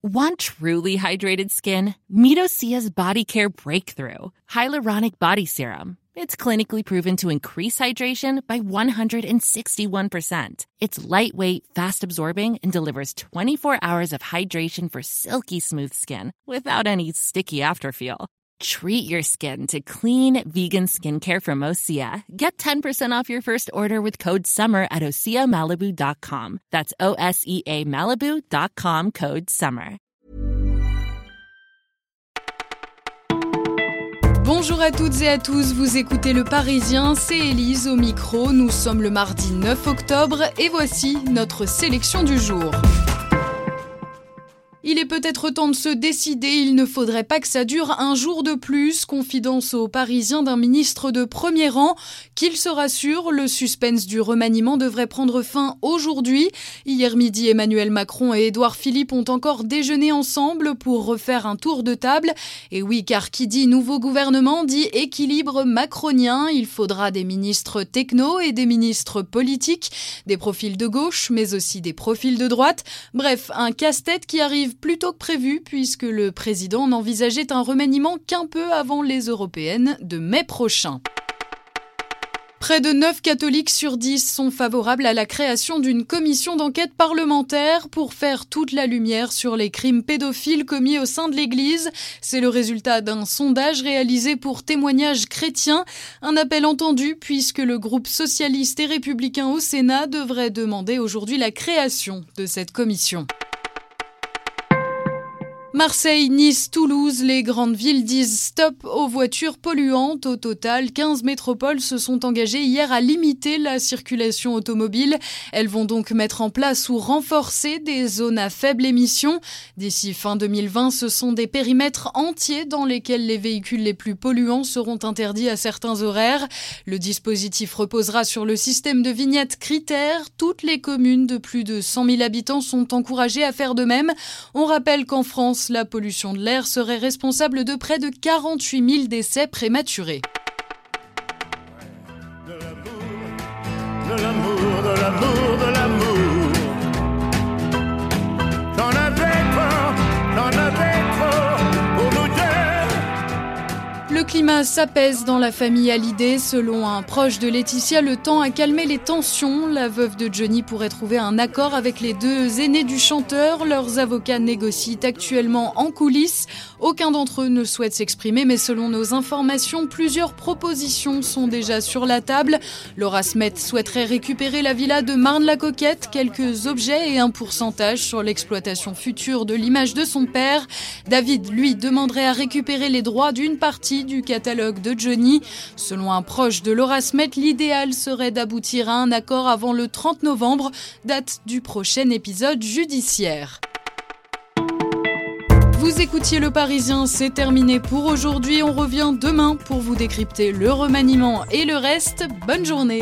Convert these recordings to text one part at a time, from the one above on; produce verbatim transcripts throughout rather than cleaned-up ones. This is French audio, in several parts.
Want truly hydrated skin? Meet Osea's Body Care Breakthrough Hyaluronic Body Serum. It's clinically proven to increase hydration by one hundred sixty-one percent. It's lightweight, fast-absorbing, and delivers twenty-four hours of hydration for silky smooth skin without any sticky afterfeel. Treat your skin to clean, vegan skincare from Osea. Get ten percent off your first order with code SUMMER at osea malibu dot com. That's O S E A Malibu dot com, code SUMMER. Bonjour à toutes et à tous, vous écoutez Le Parisien, c'est Élise au micro. Nous sommes le mardi neuf octobre et voici notre sélection du jour. Il est peut-être temps de se décider, il ne faudrait pas que ça dure un jour de plus. Confidence aux Parisiens d'un ministre de premier rang. Qu'il se rassure, le suspense du remaniement devrait prendre fin aujourd'hui. Hier midi, Emmanuel Macron et Édouard Philippe ont encore déjeuné ensemble pour refaire un tour de table. Et oui, car qui dit nouveau gouvernement dit équilibre macronien. Il faudra des ministres techno et des ministres politiques, des profils de gauche, mais aussi des profils de droite. Bref, un casse-tête qui arrive plus tôt que prévu, puisque le président n'envisageait un remaniement qu'un peu avant les européennes de mai prochain. Près de neuf catholiques sur dix sont favorables à la création d'une commission d'enquête parlementaire pour faire toute la lumière sur les crimes pédophiles commis au sein de l'Église. C'est le résultat d'un sondage réalisé pour Témoignages chrétiens. Un appel entendu puisque le groupe socialiste et républicain au Sénat devrait demander aujourd'hui la création de cette commission. Marseille, Nice, Toulouse, les grandes villes disent stop aux voitures polluantes. Au total, quinze métropoles se sont engagées hier à limiter la circulation automobile. Elles vont donc mettre en place ou renforcer des zones à faible émission. D'ici fin deux mille vingt, ce sont des périmètres entiers dans lesquels les véhicules les plus polluants seront interdits à certains horaires. Le dispositif reposera sur le système de vignettes critères. Toutes les communes de plus de cent mille habitants sont encouragées à faire de même. On rappelle qu'en France, la pollution de l'air serait responsable de près de quarante-huit mille décès prématurés. De l'amour, de l'amour, de l'amour, de l'amour. J'en avais trop, j'en avais trop pour nous deux. Le climat s'apaise dans la famille Hallyday. Selon un proche de Laetitia, le temps a calmé les tensions. La veuve de Johnny pourrait trouver un accord avec les deux aînés du chanteur. Leurs avocats négocient actuellement en coulisses. Aucun d'entre eux ne souhaite s'exprimer, mais selon nos informations, plusieurs propositions sont déjà sur la table. Laura Smet souhaiterait récupérer la villa de Marne-la-Coquette, quelques objets et un pourcentage sur l'exploitation future de l'image de son père. David, lui, demanderait à récupérer les droits d'une partie du catalogue de Johnny. Selon un proche de Laura Smet, l'idéal serait d'aboutir à un accord avant le trente novembre, date du prochain épisode judiciaire. Vous écoutiez Le Parisien, c'est terminé pour aujourd'hui. On revient demain pour vous décrypter le remaniement et le reste. Bonne journée.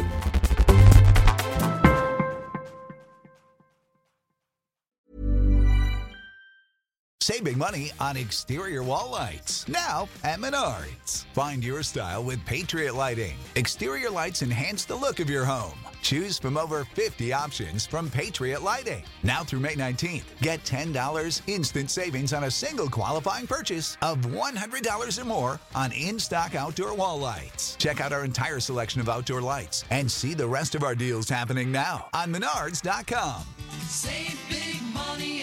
Save big money on exterior wall lights. Now at Menards. Find your style with Patriot Lighting. Exterior lights enhance the look of your home. Choose from over fifty options from Patriot Lighting. Now through May nineteenth, get ten dollars instant savings on a single qualifying purchase of one hundred dollars or more on in-stock outdoor wall lights. Check out our entire selection of outdoor lights and see the rest of our deals happening now on menards dot com. Save big money